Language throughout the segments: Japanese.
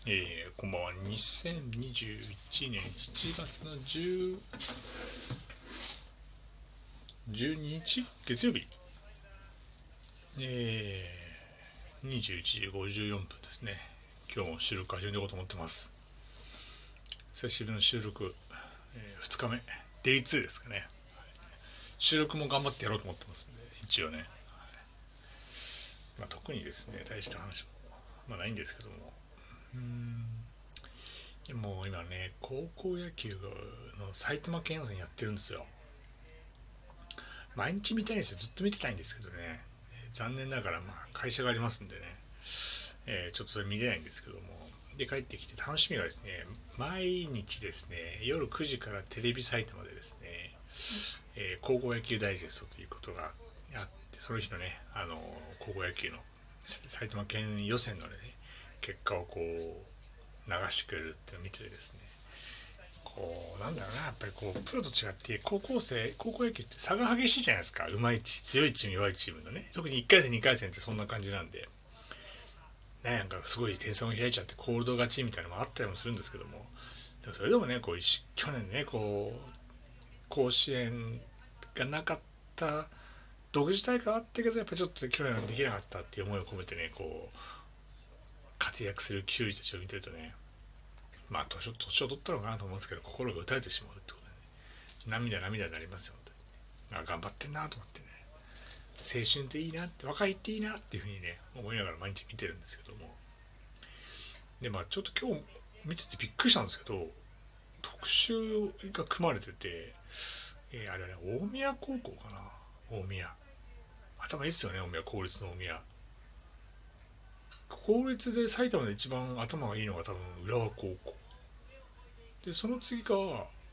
こんばんは。2021年7月の12日月曜日、21時54分ですね。今日も収録始めていこうと思ってます。久しぶりの収録、2日目、デイ2ですかね。収録も頑張ってやろうと思ってますんで、一応ね。特にですね、大した話も、ないんですけども。もう今ね、高校野球の埼玉県予選やってるんですよ。毎日見たいんですよ。ずっと見てたいんですけどね。残念ながら会社がありますんでね、ちょっとそれ見れないんですけども。で、帰ってきて楽しみがですね、毎日ですね、夜9時からテレビ埼玉でですね、高校野球ダイジェストということがあって、その日のね、高校野球の埼玉県予選のね、結果をこう流してくれるっていうのを見てですね、なんだろうな、やっぱりプロと違って高校野球って差が激しいじゃないですか。強いチーム弱いチームのね、特に1回戦2回戦ってそんな感じなんで、なんかすごい点差も開いちゃってコールド勝ちみたいなのもあったりもするんですけども、でもそれでもね、去年ね、甲子園がなかった独自大会あったけど、やっぱりちょっと去年はできなかったっていう思いを込めてね、活躍する球児たちを見てるとね、年を取ったのかなと思うんですけど、心が打たれてしまうってことで、ね、涙になりますよ。頑張ってんなと思ってね、青春っていいなって、若いっていいなっていうふうにね、思いながら毎日見てるんですけども。で、ちょっと今日見ててびっくりしたんですけど、特集が組まれてて、あれはね、大宮高校かな。大宮。頭いいっすよね、大宮、公立の大宮。公立で埼玉で一番頭がいいのが多分浦和高校。で、その次が、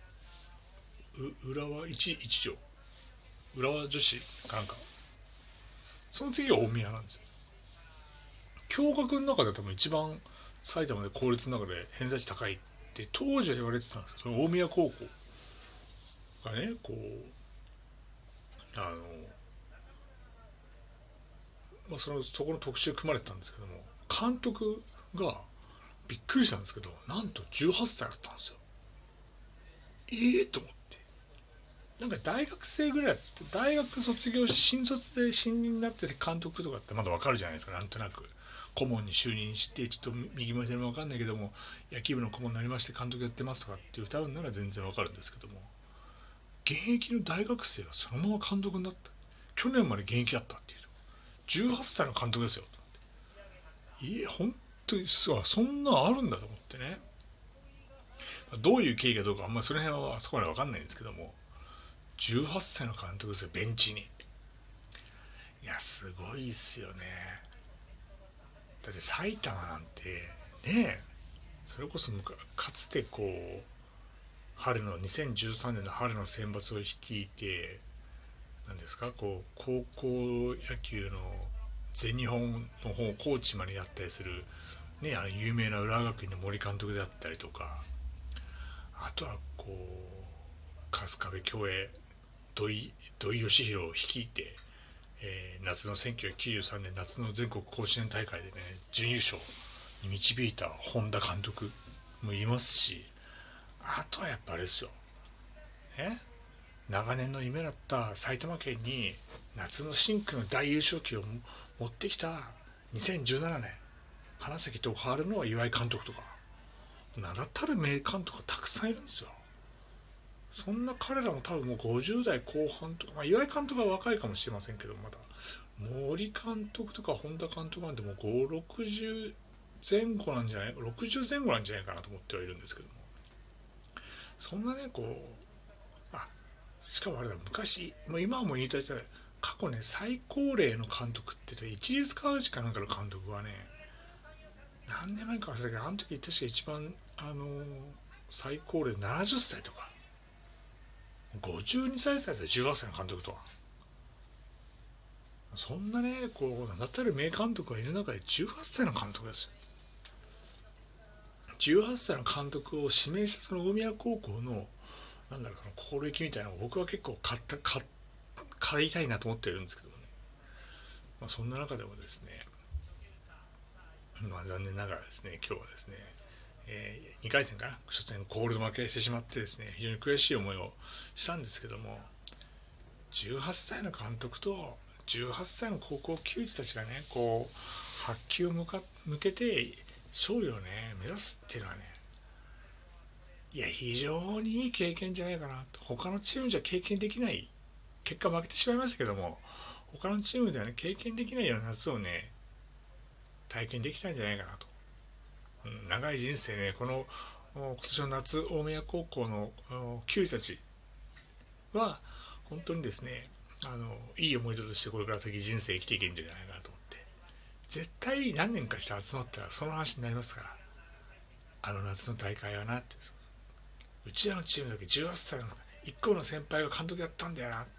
浦和一条。浦和女子かなんか。その次が大宮なんですよ。共学の中では多分一番埼玉で公立の中で偏差値高いって当時は言われてたんですけど、大宮高校がね、あの、そこの特集組まれてたんですけども、監督がびっくりしたんですけど、なんと18歳だったんですよ。と思って。なんか大学生ぐらいって、大学卒業し、新卒で新任になってて監督とかってまだわかるじゃないですか、なんとなく。顧問に就任して、ちょっと右も左もわかんないけども、野球部の顧問になりまして監督やってますとかって歌うなら全然わかるんですけども、現役の大学生がそのまま監督になった。去年まで現役だったっていうと。18歳の監督ですよ。本当にそんなあるんだと思ってね。どういう経緯かどうか、あんまりその辺はあそこまでわかんないんですけども、18歳の監督ですよ、ベンチに。いや、すごいっすよね。だって埼玉なんて、ね、それこそかつて2013年の春の選抜を率いて、なんですか、高校野球の全日本の方コーチまでやったりする、ね、有名な浦和学院の森監督であったりとか、あとは春日部共栄土井善弘を率いて、夏の1993年夏の全国甲子園大会でね、準優勝に導いた本田監督もいますし、あとはやっぱあれですよ、長年の夢だった埼玉県に夏の深紅の大優勝旗を持ってきた2017年花咲徳栄の岩井監督とか、名だたる名監督がたくさんいるんですよ。そんな彼らも多分もう50代後半とか、岩井監督は若いかもしれませんけど、まだ森監督とか本田監督なんてもう5、60前後なんじゃない、60前後なんじゃないかなと思ってはいるんですけども、そんなね、しかもあれだ、昔、もう今はもう引退したら、過去ね、最高齢の監督って言ったら、一律川内かなんかの監督はね、何年前か忘れたけど、あの時確か一番、最高齢70歳とか、52歳歳で18歳の監督とは。そんなね、名だたる名監督がいる中で18歳の監督ですよ。18歳の監督を指名したその大宮高校の、なんだろう、その心意気みたいなのを僕は結構買いたいなと思ってるんですけどもね。そんな中でもですね、 残念ながらですね、今日はですね、2回戦かな、初戦コールド負けしてしまってですね、非常に悔しい思いをしたんですけども、18歳の監督と18歳の高校球児たちがね、こう発球を向けて勝利をね目指すっていうのはね、いや非常にいい経験じゃないかなと。他のチームじゃ経験できない、結果負けてしまいましたけども、他のチームではね経験できないような夏をね体験できたんじゃないかなと。長い人生ね、この今年の夏大宮高校の球児たちは本当にですね、いい思い出としてこれから先人生生きていけるんじゃないかなと思って、絶対何年かして集まったらその話になりますから、あの夏の大会はなって、うちらのチームだけ18歳の1個の先輩が監督やったんだよなって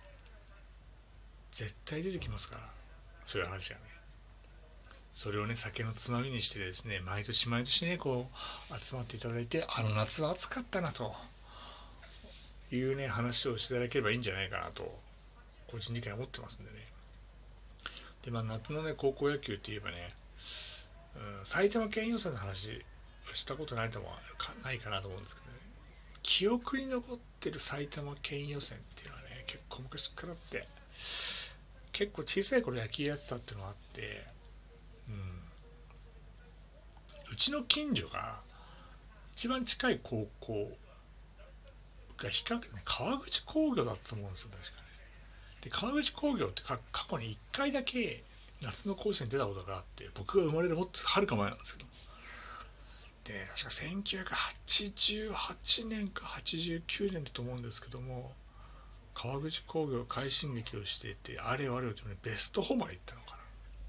絶対出てきますから、そういう話がね。それをね酒のつまみにしてですね、毎年毎年ねこう集まっていただいて、あの夏は暑かったなというね話をしていただければいいんじゃないかなと個人的には思ってますんでね。で夏のね高校野球って言えばね、埼玉県予選の話したことないかなと思うんですけどね、記憶に残ってる埼玉県予選っていうのはね結構昔からあって、結構小さい頃野球やってたっていうのがあって、うちの近所が一番近い高校が比較ね川口工業だったと思うんですよ確かね。で川口工業って過去に1回だけ夏の甲子園に出たことがあって、僕が生まれるもっとはるか前なんですけど、で確か1988年か89年だと思うんですけども、川口工業快進撃をしていて、あれよあれよとねベスト4まで行ったのかな。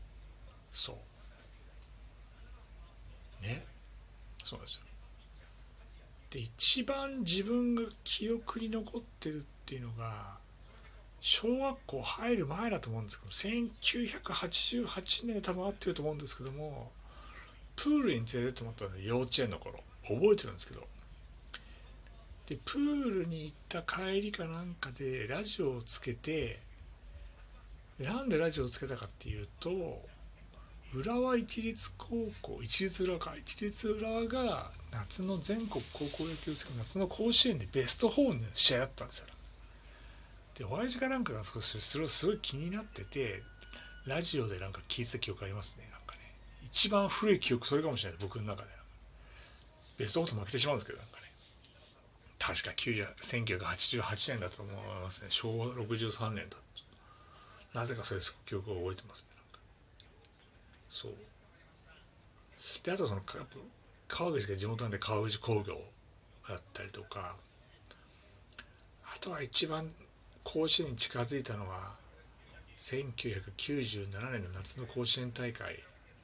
そうね、そうなんですよ。で一番自分が記憶に残ってるっていうのが小学校入る前だと思うんですけど、1988年で多分合ってると思うんですけども、プールに連れてってもらったんで、幼稚園の頃覚えてるんですけど、でプールに行った帰りかなんかでラジオをつけて、なんでラジオをつけたかっていうと、浦和一律高校、一律浦和が夏の全国高校野球選夏の甲子園でベスト4の試合だったんですよ。で親父かなんかが少しそれをすごい気になってて、ラジオでなんか聞いてた記憶ありますね。なんかね、一番古い記憶それかもしれない、僕の中で。ベスト4と負けてしまうんですけど、なんかね、確か1988年だと思いますね。昭和63年だと。なぜかそれ記憶を覚えてますね。なんかそうで、あとその川口が地元なんで川口工業だったりとか、あとは一番甲子園に近づいたのは1997年の夏の甲子園大会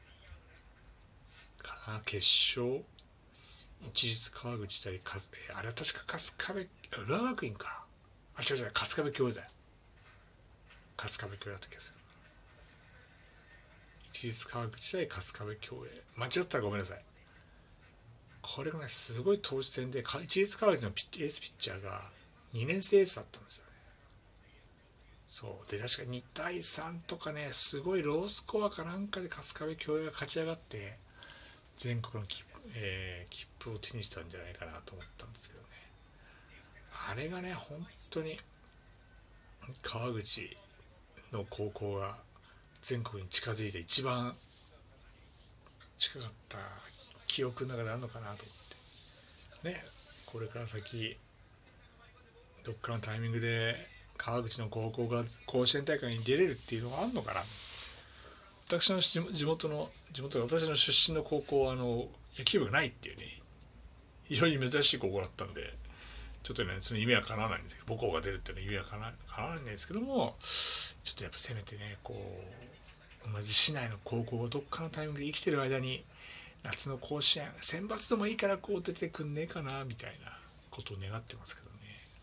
かな、決勝、一律川口対あれは確か春日部浦和学院か、あ違う違う春日部共栄だよ、春日部共栄だった気がする。一律川口対春日部共栄、間違ったらごめんなさい。これがねすごい投手戦で、一律川口のエースピッチャーが2年生エースだったんですよね。そうで確か2対3とかね、すごいロースコアかなんかで春日部共栄が勝ち上がって全国の切符を手にしたんじゃないかなと思ったんですけどね。あれがね本当に川口の高校が全国に近づいて一番近かった記憶の中であるのかなと思ってね。これから先どっかのタイミングで川口の高校が甲子園大会に出れるっていうのがあるのかな。私の私の出身の高校は野球部がないっていうね、非常に珍しい高校だったんで、ちょっとねその夢は叶わないんですけど、母校が出るっていうのは夢は叶わないんですけども、ちょっとやっぱせめてねこう同じ市内の高校がどっかのタイミングで生きてる間に夏の甲子園選抜でもいいからこう出てくんねえかなみたいなことを願ってますけどね。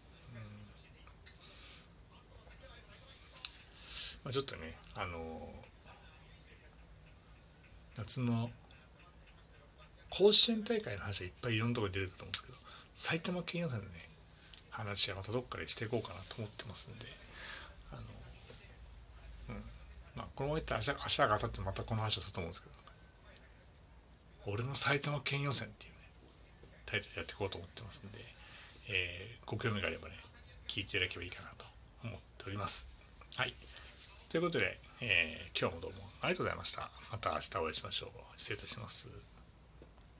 ちょっとね夏の甲子園大会の話はいっぱいいろんなところで出てくると思うんですけど、埼玉県予選のね話はまたどっかでしていこうかなと思ってますんで、あの、このままいったら明日か明後日またこの話をすると思うんですけど、 俺の埼玉県予選っていうね、タイトルやっていこうと思ってますんで、ご興味があればね、聞いていただければいいかなと思っております。はい。ということで、今日もどうもありがとうございました。また明日お会いしましょう。失礼いたします。